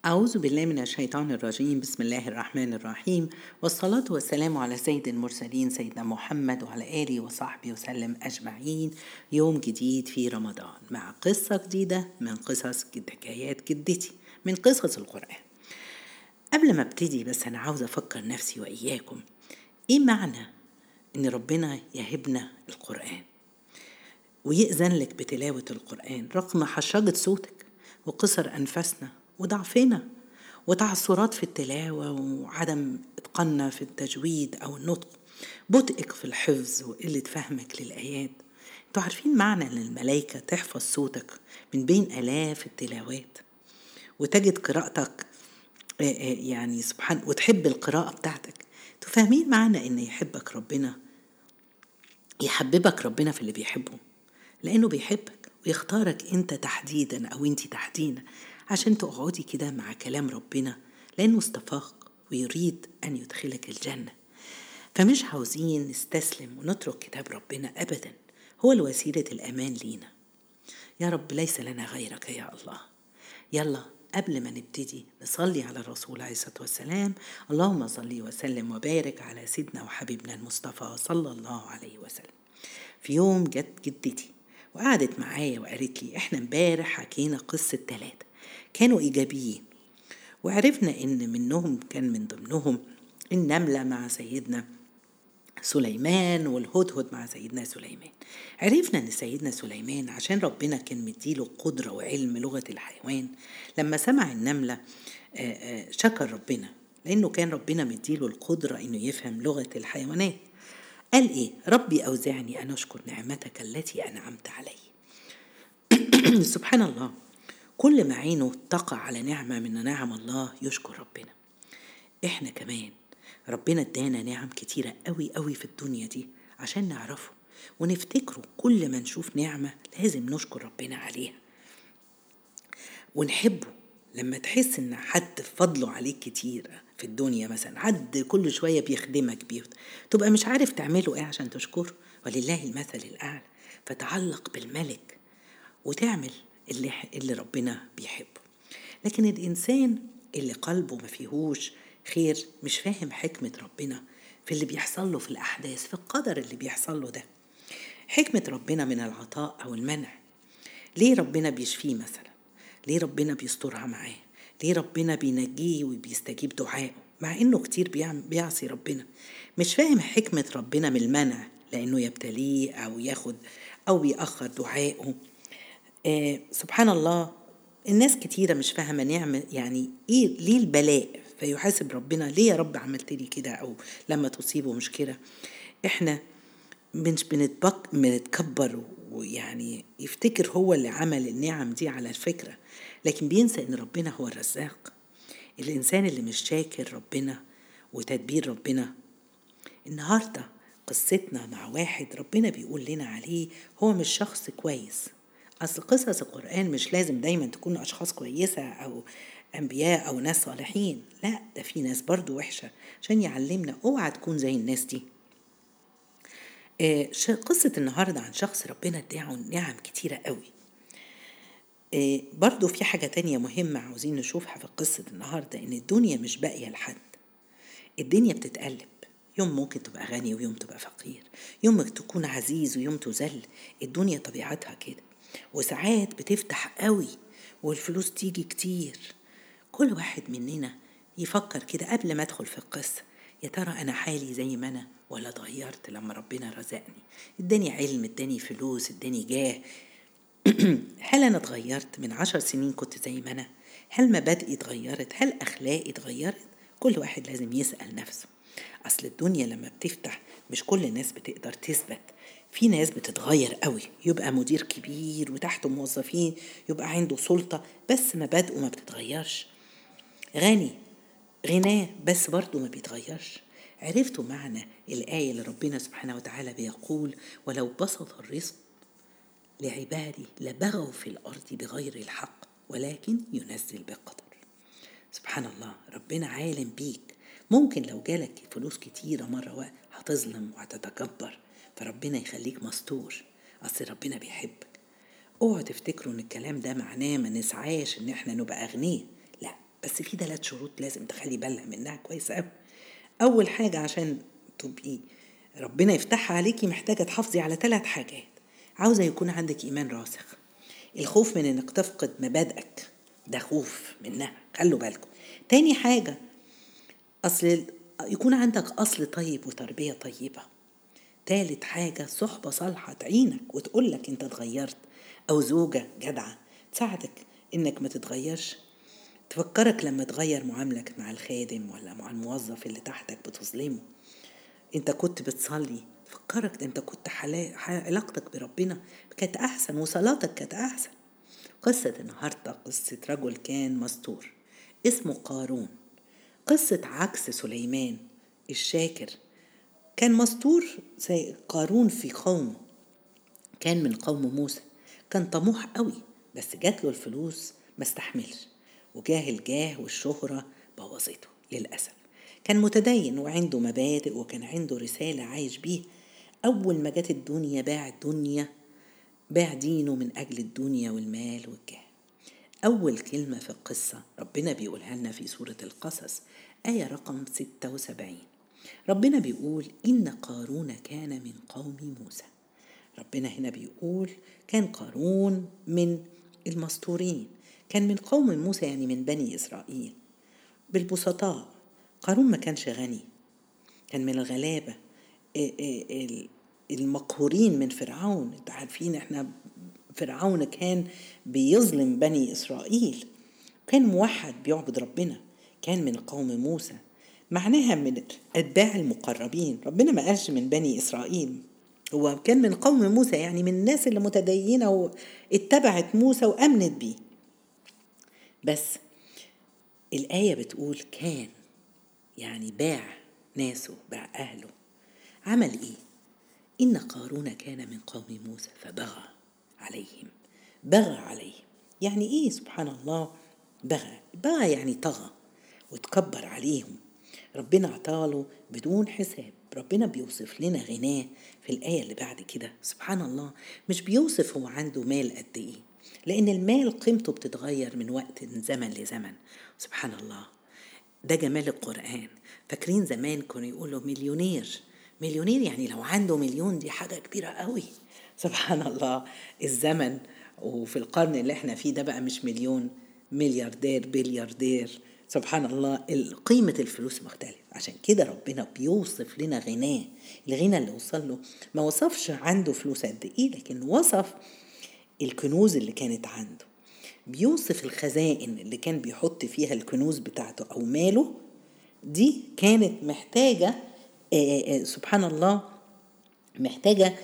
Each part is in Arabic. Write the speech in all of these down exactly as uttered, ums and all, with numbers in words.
أعوذ بالله من الشيطان الرجيم. بسم الله الرحمن الرحيم، والصلاة والسلام على سيد المرسلين سيدنا محمد وعلى آله وصحبه وسلم أجمعين. يوم جديد في رمضان مع قصة جديدة من قصص جد حكايات جدتي من قصص القرآن. قبل ما ابتدي بس أنا عاوزة أفكر نفسي وإياكم، إيه معنى إن ربنا يهبنا القرآن ويأذن لك بتلاوة القرآن رغم حشرجة صوتك وقصر أنفاسنا وضعفنا وتعثرات في التلاوة وعدم إتقاننا في التجويد أو النطق، بطئك في الحفظ وقلة فهمك للآيات. انتوا عارفين معنى أن الملائكة تحفظ صوتك من بين آلاف التلاوات وتجد قراءتك يعني سبحان وتحب القراءة بتاعتك؟ انتوا فاهمين معنى أن يحبك ربنا، يحببك ربنا في اللي بيحبه لأنه بيحبك ويختارك أنت تحديدا أو أنت تحديدا عشان تقعدي كده مع كلام ربنا، لأنه استفاق ويريد أن يدخلك الجنة. فمش عاوزين نستسلم ونترك كتاب ربنا أبدا، هو الوسيلة الأمان لينا. يا رب ليس لنا غيرك يا الله. يلا قبل ما نبتدي نصلي على الرسول عليه الصلاة والسلام. اللهم صلي وسلم وبارك على سيدنا وحبيبنا المصطفى صلى الله عليه وسلم. في يوم جت جدتي وقعدت معايا وقالت لي احنا امبارح حكينا قصة ثلاثة كانوا إيجابيين، وعرفنا إن منهم كان من ضمنهم النملة مع سيدنا سليمان والهدهد مع سيدنا سليمان. عرفنا إن سيدنا سليمان عشان ربنا كان مديله قدرة وعلم لغة الحيوان، لما سمع النملة شكر ربنا لأنه كان ربنا مديله القدرة إنه يفهم لغة الحيوانات. قال إيه؟ ربي أوزعني أن أشكر نعمتك التي أنعمت علي. سبحان الله، كل ما عينه تقع على نعمة من نعم الله يشكر ربنا. إحنا كمان ربنا ادانا نعم كتيرة قوي قوي في الدنيا دي عشان نعرفه ونفتكره. كل ما نشوف نعمة لازم نشكر ربنا عليها ونحبه. لما تحس ان حد فضله عليك كتير في الدنيا، مثلا حد كل شوية بيخدمك بيه، تبقى مش عارف تعمله ايه عشان تشكره، ولله المثل الأعلى. فتعلق بالملك وتعمل اللي, اللي ربنا بيحبه. لكن الإنسان اللي قلبه ما فيهوش خير مش فاهم حكمة ربنا في اللي بيحصل له، في الأحداث، في القدر اللي بيحصل له ده. حكمة ربنا من العطاء أو المنع. ليه ربنا بيشفيه مثلا؟ ليه ربنا بيسترها معاه؟ ليه ربنا بينجيه وبيستجيب دعائه مع إنه كتير بيعصي ربنا؟ مش فاهم حكمة ربنا من المنع، لأنه يبتليه أو ياخد أو يأخر دعائه. آه سبحان الله، الناس كتيرة مش فاهمة نعمة يعني إيه، ليه البلاء فيحاسب ربنا ليه يا رب عملت لي كده، أو لما تصيبه مشكلة. إحنا مش بنتبك بنتكبر ويعني يفتكر هو اللي عمل النعم دي على الفكرة، لكن بينسى إن ربنا هو الرزاق. الإنسان اللي مش شاكر ربنا وتدبير ربنا. النهاردة قصتنا مع واحد ربنا بيقول لنا عليه هو مش شخص كويس. أصل قصص القرآن مش لازم دايما تكون أشخاص كويسة أو أنبياء أو ناس صالحين، لا، ده في ناس برضو وحشة عشان يعلمنا اوعى تكون زي الناس دي. آه قصة النهاردة عن شخص ربنا ادعه نعم كتيرة قوي. آه برضو في حاجة تانية مهمة عاوزين نشوفها في قصة النهاردة، إن الدنيا مش باقية لحد. الدنيا بتتقلب، يوم ممكن تبقى غني ويوم تبقى فقير، يوم تكون عزيز ويوم تذل. الدنيا طبيعتها كده، وساعات بتفتح قوي والفلوس تيجي كتير. كل واحد مننا يفكر كده قبل ما ادخل في القصة، يا ترى أنا حالي زي ما أنا ولا اتغيرت لما ربنا رزقني، اداني علم، اداني فلوس، اداني جاه. هل أنا اتغيرت؟ من عشر سنين كنت زي ما أنا؟ هل مبادئي اتغيرت؟ هل أخلاقي اتغيرت؟ كل واحد لازم يسأل نفسه. أصل الدنيا لما بتفتح مش كل الناس بتقدر تثبت. في ناس بتتغير قوي، يبقى مدير كبير وتحته موظفين، يبقى عنده سلطة بس مبادئه ما بتتغيرش. غني غناه بس برضه ما بيتغيرش. عرفتوا معنى الآية اللي ربنا سبحانه وتعالى بيقول ولو بسط الرزق لعبادي لبغوا في الأرض بغير الحق ولكن ينزل بقدر. سبحان الله، ربنا عالم بيك. ممكن لو جالك فلوس كتيرة مرة واحدة هتظلم وهتتكبر، فربنا يخليك مستور. أصل ربنا بيحبك. اوعوا تفتكروا ان الكلام ده معناه ما نسعاش ان احنا نبقى أغنياء، لا، بس في ثلاث شروط لازم تخلي بالها منها كويس قوي. اول حاجة عشان تبقي ربنا يفتحها عليكي محتاجة تحافظي على ثلاث حاجات. عاوزة يكون عندك ايمان راسخ. الخوف من انك تفقد مبادئك ده خوف منها، خلوا بالكم. تاني حاجة أصل يكون عندك أصل طيب وتربية طيبة. تالت حاجة صحبة صالحة تعينك وتقولك انت اتغيرت، أو زوجة جدعة تساعدك انك ما تتغيرش، تفكرك لما تغير معاملك مع الخادم ولا مع الموظف اللي تحتك بتظلمه. انت كنت بتصلي، فكرك انت كنت حلا... علاقتك بربنا كانت أحسن وصلاتك كانت أحسن. قصة النهاردة قصة رجل كان مستور اسمه قارون، قصة عكس سليمان الشاكر. كان مستور زي قارون في قومه، كان من قوم موسى، كان طموح قوي بس جات له الفلوس ما استحملش، وجاه الجاه والشهرة بوظته للأسف. كان متدين وعنده مبادئ وكان عنده رسالة عايش بيه. أول ما جات الدنيا باع الدنيا، باع دينه من أجل الدنيا والمال والجاه. أول كلمة في القصة ربنا بيقولها لنا في سورة القصص آية رقم ستة وسبعين. ربنا بيقول إن قارون كان من قوم موسى. ربنا هنا بيقول كان قارون من المستورين، كان من قوم موسى يعني من بني إسرائيل. بالبسطاء قارون ما كانش غني، كان من الغلابة المقهورين من فرعون. انتوا عارفين احنا فرعون كان بيظلم بني إسرائيل، كان موحد بيعبد ربنا، كان من قوم موسى، معناها من أتباع المقربين. ربنا ما قالش من بني إسرائيل، هو كان من قوم موسى يعني من الناس اللي متدينة واتبعت موسى وأمنت بيه. بس الآية بتقول كان يعني باع ناسه، باع أهله. عمل إيه؟ إن قارون كان من قوم موسى فبغى عليهم. بغى عليهم يعني إيه؟ سبحان الله. بغى بغى يعني طغى وتكبر عليهم. ربنا عطاله بدون حساب. ربنا بيوصف لنا غناه في الآية اللي بعد كده. سبحان الله، مش بيوصف هو عنده مال قد إيه، لأن المال قيمته بتتغير من وقت من زمن لزمن. سبحان الله، ده جمال القرآن. فاكرين زمان كانوا يقولوا مليونير، مليونير يعني لو عنده مليون دي حاجة كبيرة قوي. سبحان الله، الزمن وفي القرن اللي احنا فيه ده بقى مش مليون، ملياردير، بلياردير. سبحان الله، قيمة الفلوس مختلف. عشان كده ربنا بيوصف لنا غناه، الغنى اللي وصل له. ما وصفش عنده فلوس قد ايه، لكن وصف الكنوز اللي كانت عنده. بيوصف الخزائن اللي كان بيحط فيها الكنوز بتاعته أو ماله، دي كانت محتاجة آآ آآ سبحان الله، محتاجة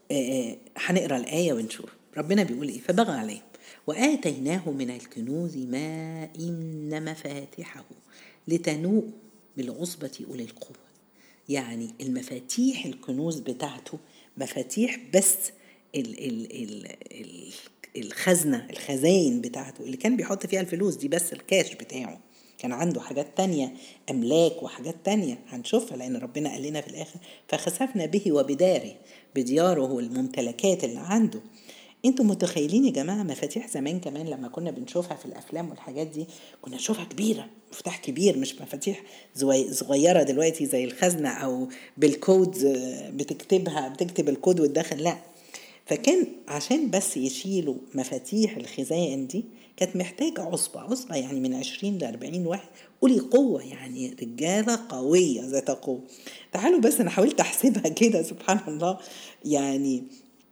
هنقرأ الآية ونشوف ربنا بيقول إيه. فبغى عليه وآتيناه من الكنوز ما إن مفاتحه لتنوء بالعصبة أولي القوة. يعني المفاتيح الكنوز بتاعته مفاتيح بس ال ال ال ال الخزنة الخزاين بتاعته اللي كان بيحط فيها الفلوس دي بس الكاش بتاعه. كان عنده حاجات تانية، أملاك وحاجات تانية هنشوفها، لأن ربنا قال لنا في الآخر فخسفنا به وبداره، بدياره والممتلكات اللي عنده. انتوا متخيلين يا جماعة مفاتيح زمان كمان لما كنا بنشوفها في الأفلام والحاجات دي كنا نشوفها كبيرة، مفتاح كبير، مش مفاتيح صغيرة دلوقتي زي الخزنة أو بالكود بتكتبها بتكتب الكود وتدخل، لا. فكان عشان بس يشيلوا مفاتيح الخزائن دي كانت محتاجة عصبة، عصبة يعني من عشرين لأربعين واحد أولي قوة، يعني رجالة قوية ذات قوة. تعالوا بس أنا حاولت أحسبها كده سبحان الله، يعني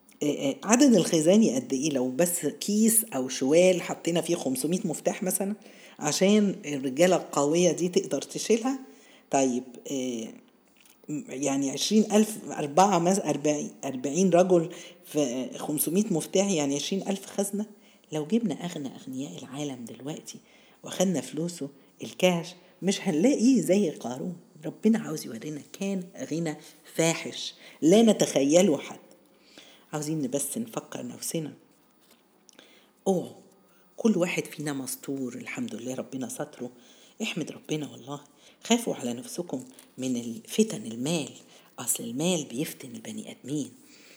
عدد الخزاني قد إيه لو بس كيس أو شوال حطينا فيه خمسمائة مفتاح مثلا عشان الرجالة القوية دي تقدر تشيلها. طيب يعني عشرين ألف أربعة مثلا أربعين رجل في خمسمائة مفتاح يعني عشرين ألف خزنة. لو جبنا أغنى أغنياء العالم دلوقتي وأخذنا فلوسه الكاش مش هنلاقيه زي قارون. ربنا عاوز يورينا كان غنى فاحش لا نتخيله حد. عاوزين بس نفكر نفسنا، اوه كل واحد فينا مستور الحمد لله، ربنا ستره، احمد ربنا والله. خافوا على نفسكم من الفتن المال، اصل المال بيفتن البني ادمين.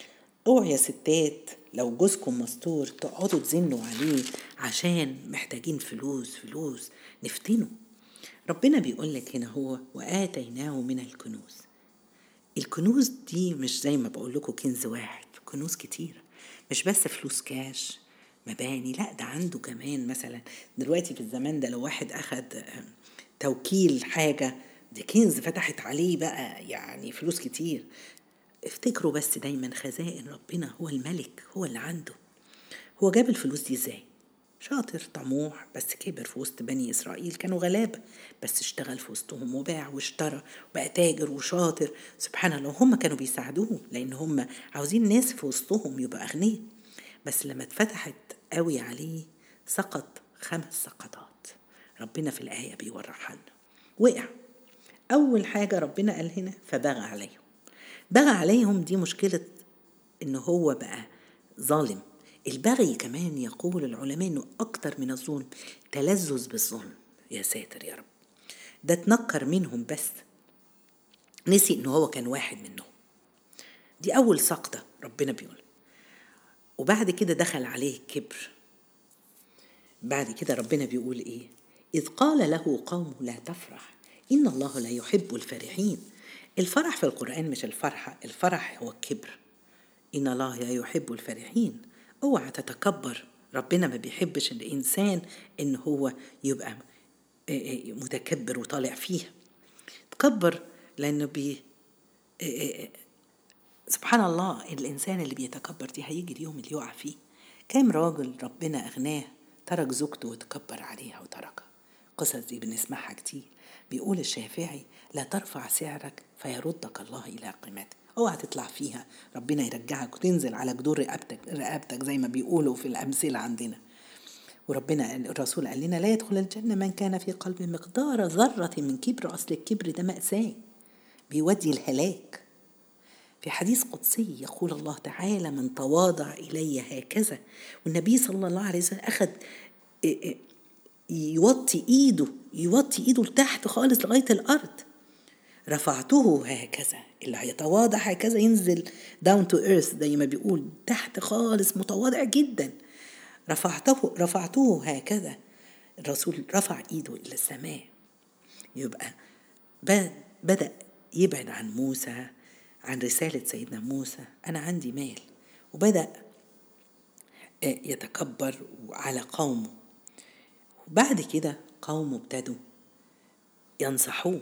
اوعوا يا ستات لو جوزكم مستور تقعدوا تزنوا عليه عشان محتاجين فلوس فلوس نفتنه. ربنا بيقول لك هنا هو وآتيناه من الكنوز. الكنوز دي مش زي ما بقول لكم كنز واحد، كنوز كتير، مش بس فلوس كاش مباني، لا ده عنده كمان مثلا دلوقتي في الزمان ده لو واحد أخد آه، توكيل حاجة، دي كنز فتحت عليه بقى يعني فلوس كتير. افتكروا بس دايما خزائن ربنا، هو الملك، هو اللي عنده. هو جاب الفلوس دي ازاي؟ شاطر طموح، بس كبر في وسط بني إسرائيل كانوا غلابة، بس اشتغل في وسطهم وباع واشترى وبقى تاجر وشاطر. سبحان الله، هم كانوا بيساعدوه لأن هم عاوزين ناس في وسطهم يبقى أغنياء. بس لما اتفتحت قوي عليه سقط خمس سقطات. ربنا في الآية بيورحنا وقع. أول حاجة ربنا قال هنا فبغى عليهم. بغى عليهم دي مشكلة إنه هو بقى ظالم. البغي كمان يقول العلماء إنه أكتر من الظلم تلذذ بالظلم. يا ساتر يا رب، ده تنكر منهم بس نسي إنه هو كان واحد منهم. دي أول سقطة ربنا بيقول. وبعد كده دخل عليه كبر. بعد كده ربنا بيقول إيه؟ إذ قال له قوم لا تفرح إن الله لا يحب الفرحين. الفرح في القرآن مش الفرحة، الفرح هو الكبر. إن الله لا يحب الفرحين. اوعى تتكبر، ربنا ما بيحبش الإنسان إن هو يبقى متكبر وطالع فيها. تكبر لأنه بي سبحان الله، الإنسان اللي بيتكبر دي هيجي اليوم اللي يقع فيه. كام راجل ربنا أغناه ترك زوجته وتكبر عليها وتركها. قصص دي بنسمعها كتير. بيقول الشافعي لا ترفع سعرك فيردك الله إلى قيمتك. اوعى تطلع فيها، ربنا يرجعك وتنزل على جدور رقبتك رقبتك زي ما بيقولوا في الأمثلة عندنا. وربنا الرسول قال لنا لا يدخل الجنة من كان في قلبه مقدار ذرة من كبر. أصل الكبر ده مأساة بيودي الهلاك. في حديث قدسي يقول الله تعالى من تواضع إلي هكذا. والنبي صلى الله عليه وسلم أخذ يوطي إيده يوطي إيده لتحت خالص لغاية الأرض. رفعته هكذا، اللي هيتواضع هكذا ينزل down to earth زي ما بيقول تحت خالص، متواضع جدا. رفعته رفعته هكذا. الرسول رفع إيده إلى السماء. يبقى بدأ يبعد عن موسى، عن رسالة سيدنا موسى أنا عندي مال، وبدأ يتكبر على قومه. وبعد كده قومه ابتدوا ينصحوه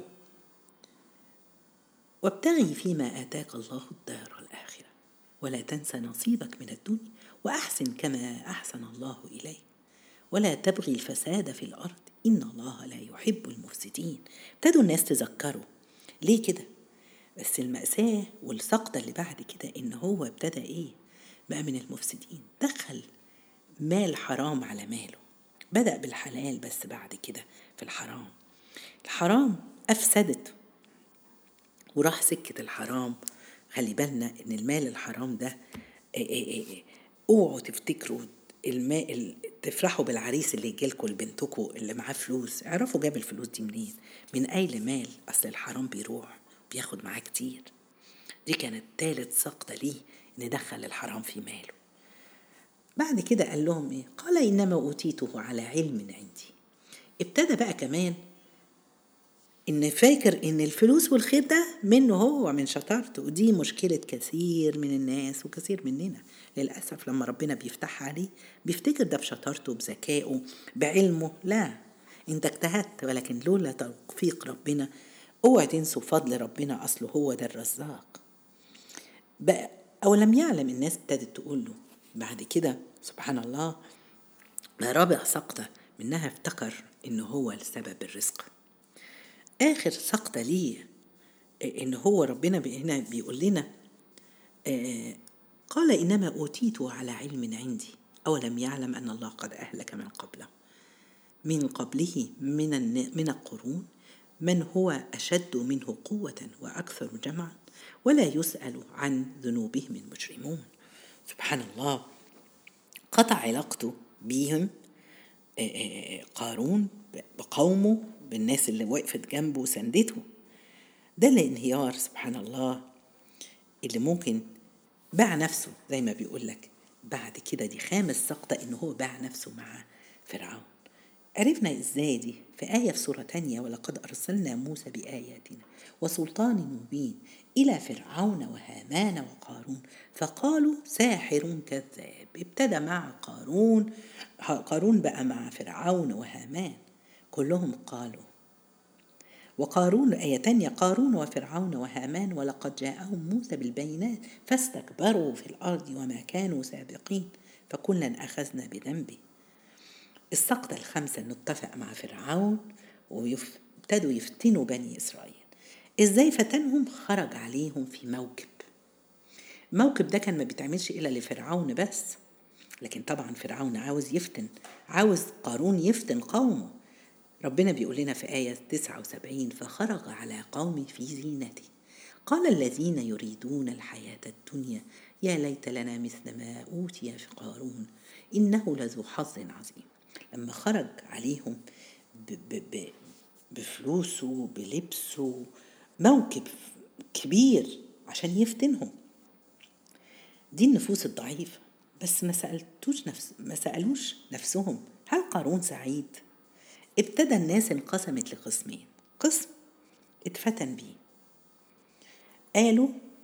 وابتغي فيما آتاك الله الدار الآخرة ولا تنسى نصيبك من الدنيا وأحسن كما أحسن الله إليك ولا تبغي الفساد في الأرض إن الله لا يحب المفسدين. ابتدوا الناس تذكروا ليه كده. بس المأساة والسقطة اللي بعد كده إن هو ابتدى إيه بقى من المفسدين، دخل مال حرام على ماله. بدأ بالحلال بس بعد كده في الحرام. الحرام أفسدت وراح سكة الحرام. خلي بالنا إن المال الحرام ده اوعوا تفتكروا الماء تفرحوا بالعريس اللي يجيلكوا لبنتكوا اللي معاه فلوس. اعرفوا جاب الفلوس دي منين، من أي مال. أصل الحرام بيروح بياخد معاه كتير. دي كانت ثالث سقطة ليه، إن دخل الحرام في ماله. بعد كده قال لهم إيه؟ قال إنما أوتيته على علم عندي. ابتدى بقى كمان إن فاكر إن الفلوس والخير ده منه هو، من شطارته. ودي مشكلة كثير من الناس وكثير مننا للأسف. لما ربنا بيفتح عليه بيفتكر ده بشطارته بذكائه بعلمه. لا، انت اجتهدت ولكن لولا توفيق ربنا. اوعى تنسوا فضل ربنا، أصله هو ده الرزاق بقى. أو لم يعلم الناس ابتدت تقول له بعد كده سبحان الله. رابع سقطة منها افتكر إنه هو السبب الرزق. آخر سقطة ليه إن هو ربنا هنا بيقول لنا آه قال إنما أوتيته على علم عندي أولم يعلم أن الله قد أهلك من قبله من قبله من من القرون من هو أشد منه قوة وأكثر جمعا ولا يسأل عن ذنوبهم المجرمون. سبحان الله، قطع علاقته بهم قارون بقومه بالناس اللي وقفت جنبه وسندته. ده الانهيار سبحان الله اللي ممكن باع نفسه زي ما بيقول لك. بعد كده دي خامس سقطة إنه هو باع نفسه مع فرعون. عرفنا إزاي دي في آية في سورة تانية: ولقد أرسلنا موسى بآياتنا وسلطان مبين إلى فرعون وهامان وقارون فقالوا ساحر كذاب. ابتدى مع قارون، قارون بقى مع فرعون وهامان، كلهم قالوا. وقارون آية تانية: قارون وفرعون وهامان ولقد جاءهم موسى بالبينات فاستكبروا في الأرض وما كانوا سابقين فكلا أخذنا بذنبه. السقطة الخامسة إنه اتفق مع فرعون وابتدوا يفتنوا بني إسرائيل. إزاي فتنهم؟ خرج عليهم في موكب. الموكب ده كان ما بيتعملش إلا لفرعون بس، لكن طبعا فرعون عاوز يفتن، عاوز قارون يفتن قومه. ربنا بيقول لنا في آية تسعة وسبعين: فخرج على قومي في زينته قال الذين يريدون الحياة الدنيا يا ليت لنا مثل ما أوتي في قارون إنه لذو حظ عظيم. لما خرج عليهم ب ب ب بفلوسه بلبسه، موكب كبير عشان يفتنهم. دي النفوس الضعيفة. بس ما سألتوش نفس ما سألوش نفسهم هل قارون سعيد؟ ابتدى الناس انقسمت لقسمين. قسم اتفتن بيه قالوا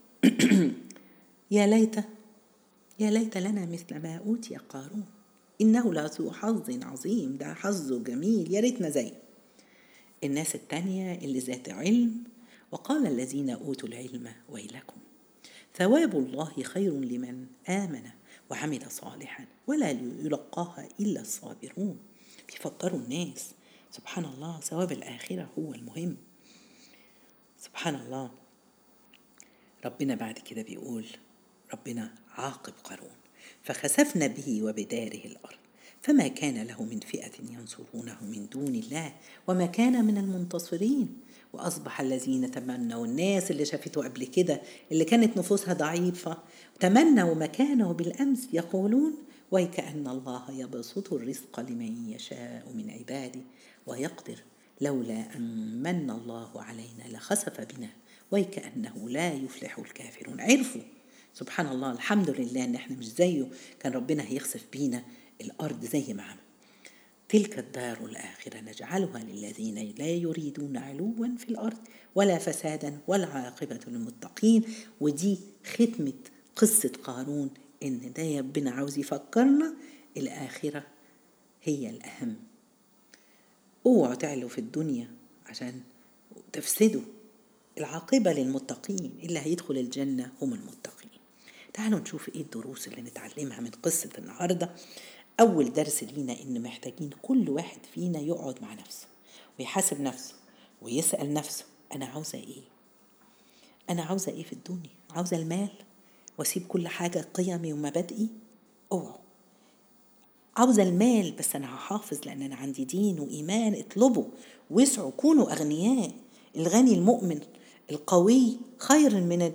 يا ليت يا ليت لنا مثل ما أوتي قارون إنه لذو حظ عظيم، ده حظه جميل يا ريتنا زي الناس التانية اللي ذات علم. وقال الذين أوتوا العلم ويلكم ثواب الله خير لمن آمن وعمل صالحا ولا يلقاها إلا الصابرون. بيفكروا الناس سبحان الله ثواب الآخرة هو المهم. سبحان الله. ربنا بعد كده بيقول ربنا عاقب قارون: فخسفنا به وبداره الأرض فما كان له من فئة ينصرونه من دون الله وما كان من المنتصرين. وأصبح الذين تمنوا، الناس اللي شافته قبل كده اللي كانت نفوسها ضعيفة تمنوا مكانه بالأمس يقولون ويكأن الله يبسط الرزق لمن يشاء من عباده ويقدر لولا أن من الله علينا لخسف بنا ويكأنه لا يفلح الكافرون. عرفوا سبحان الله الحمد لله ان احنا مش زيه، كان ربنا هيخسف بينا الأرض زي ما عمل. تلك الدار الآخرة نجعلها للذين لا يريدون علوا في الأرض ولا فسادا والعاقبة للمتقين. ودي ختمة قصة قارون، إن ده ربنا عاوز يفكرنا الآخرة هي الأهم. اوعوا تعلوا في الدنيا عشان تفسدوا. العاقبة للمتقين، اللي هيدخل الجنة هم المتقين. تعالوا نشوف ايه الدروس اللي نتعلمها من قصة النهاردة. أول درس لينا إن محتاجين كل واحد فينا يقعد مع نفسه ويحاسب نفسه ويسأل نفسه أنا عاوزة إيه؟ أنا عاوزة إيه في الدنيا؟ عاوزة المال وأسيب كل حاجة قيمي ومبادئي؟ أوعوا. عاوزة المال بس أنا هحافظ لأن أنا عندي دين وإيمان. اطلبوا واسعوا كونوا أغنياء. الغني المؤمن القوي خير من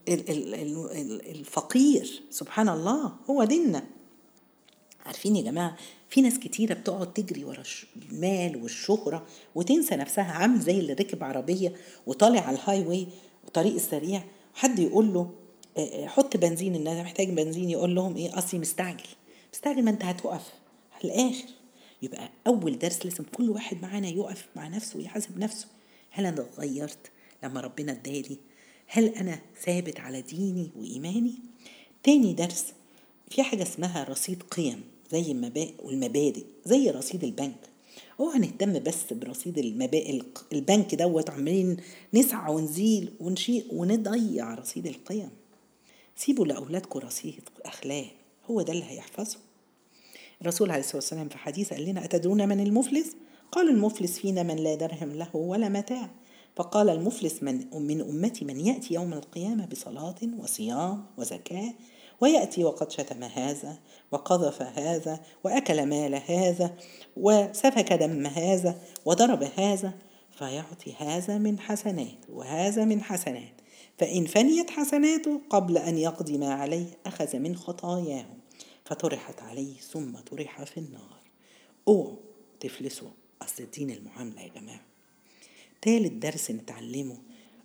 الفقير. سبحان الله هو ديننا. عارفين يا جماعة في ناس كتيرة بتقعد تجري ورا المال والشهرة وتنسى نفسها، عامل زي اللي ركب عربية وطالع على الهاي واي وطريق السريع، حد يقول له حط بنزين، الناس محتاج بنزين، يقول لهم ايه؟ اصلي مستعجل. مستعجل؟ ما انت هتوقف على الاخر. يبقى اول درس لازم كل واحد معانا يقف مع نفسه ويحاسب نفسه. هل انا اتغيرت لما ربنا ادالي؟ هل انا ثابت على ديني وايماني؟ تاني درس في حاجة اسمها رصيد قيم زي المبادئ زي رصيد البنك. اوعى نهتم بس برصيد المبادئ البنك دوت عمالين نسعى ونزيل ونشيء ونضيع رصيد القيم. سيبوا لأولادكم رصيد أخلاق، هو ده اللي هيحفظه. الرسول عليه الصلاة والسلام في حديث قال لنا أتدرون من المفلس؟ قال المفلس فينا من لا درهم له ولا متاع. فقال المفلس من, من أمتي من يأتي يوم القيامة بصلاة وصيام وزكاة ويأتي وقد شتم هذا وقذف هذا وأكل مال هذا وسفك دم هذا وضرب هذا فيعطي هذا من حسنات وهذا من حسنات، فإن فنيت حسناته قبل أن يقضي ما عليه أخذ من خطاياهم فطرحت عليه ثم طرح في النار. اوعوا تفلسوا. أصل الدين المعاملة يا جماعة. ثالث درس نتعلمه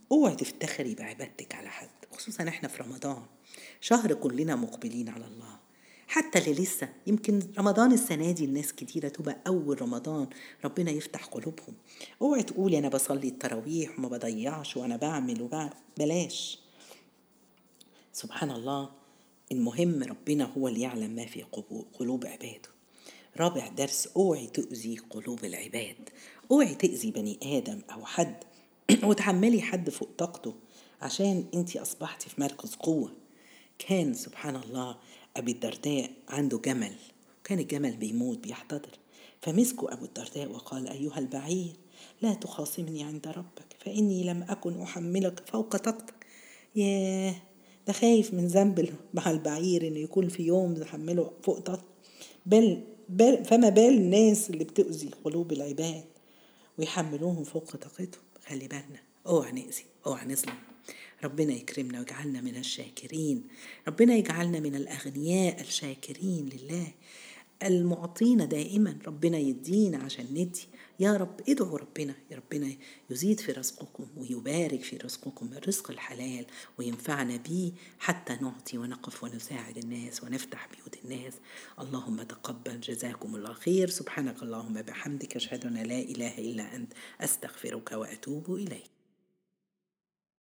اوعي تفتخري بعبادتك على حد، خصوصا احنا في رمضان، شهر كلنا مقبلين على الله. حتى اللي لسه يمكن رمضان السنة دي الناس كتيرة تبقى أول رمضان ربنا يفتح قلوبهم. اوعي تقولي أنا بصلي التراويح وما بضيعش وأنا بعمل وبعمل، بلاش. سبحان الله، المهم ربنا هو اللي يعلم ما في قلوب عباده. رابع درس، اوعي تؤذي قلوب العباد، اوعي تأذي بني آدم أو حد وتحملي حد فوق طاقته عشان انتي أصبحتي في مركز قوة. كان سبحان الله أبي الدرداء عنده جمل، كان الجمل بيموت بيحتضر، فمسكوا أبو الدرداء وقال أيها البعير لا تخاصمني عند ربك فإني لم أكن أحملك فوق طاقتك. ياه، ده خايف من ذنب مع البعير إنه يكون في يوم يحمله فوق طاقته، بل, بل فما بال الناس اللي بتؤذي قلوب العباد ويحملوهم فوق طاقتهم. خلي بالنا، اوعى نأذي، اوعى نظلم. ربنا يكرمنا ويجعلنا من الشاكرين، ربنا يجعلنا من الأغنياء الشاكرين لله المعطين دائما. ربنا يدينا عشان ندي. يا رب ادعوا ربنا، يا ربنا يزيد في رزقكم ويبارك في رزقكم الرزق الحلال وينفعنا بيه حتى نعطي ونقف ونساعد الناس ونفتح بيوت الناس. اللهم تقبل، جزاكم الله خير. سبحانك اللهم بحمدك، أشهد أن لا إله إلا أنت، أستغفرك وأتوب إليك.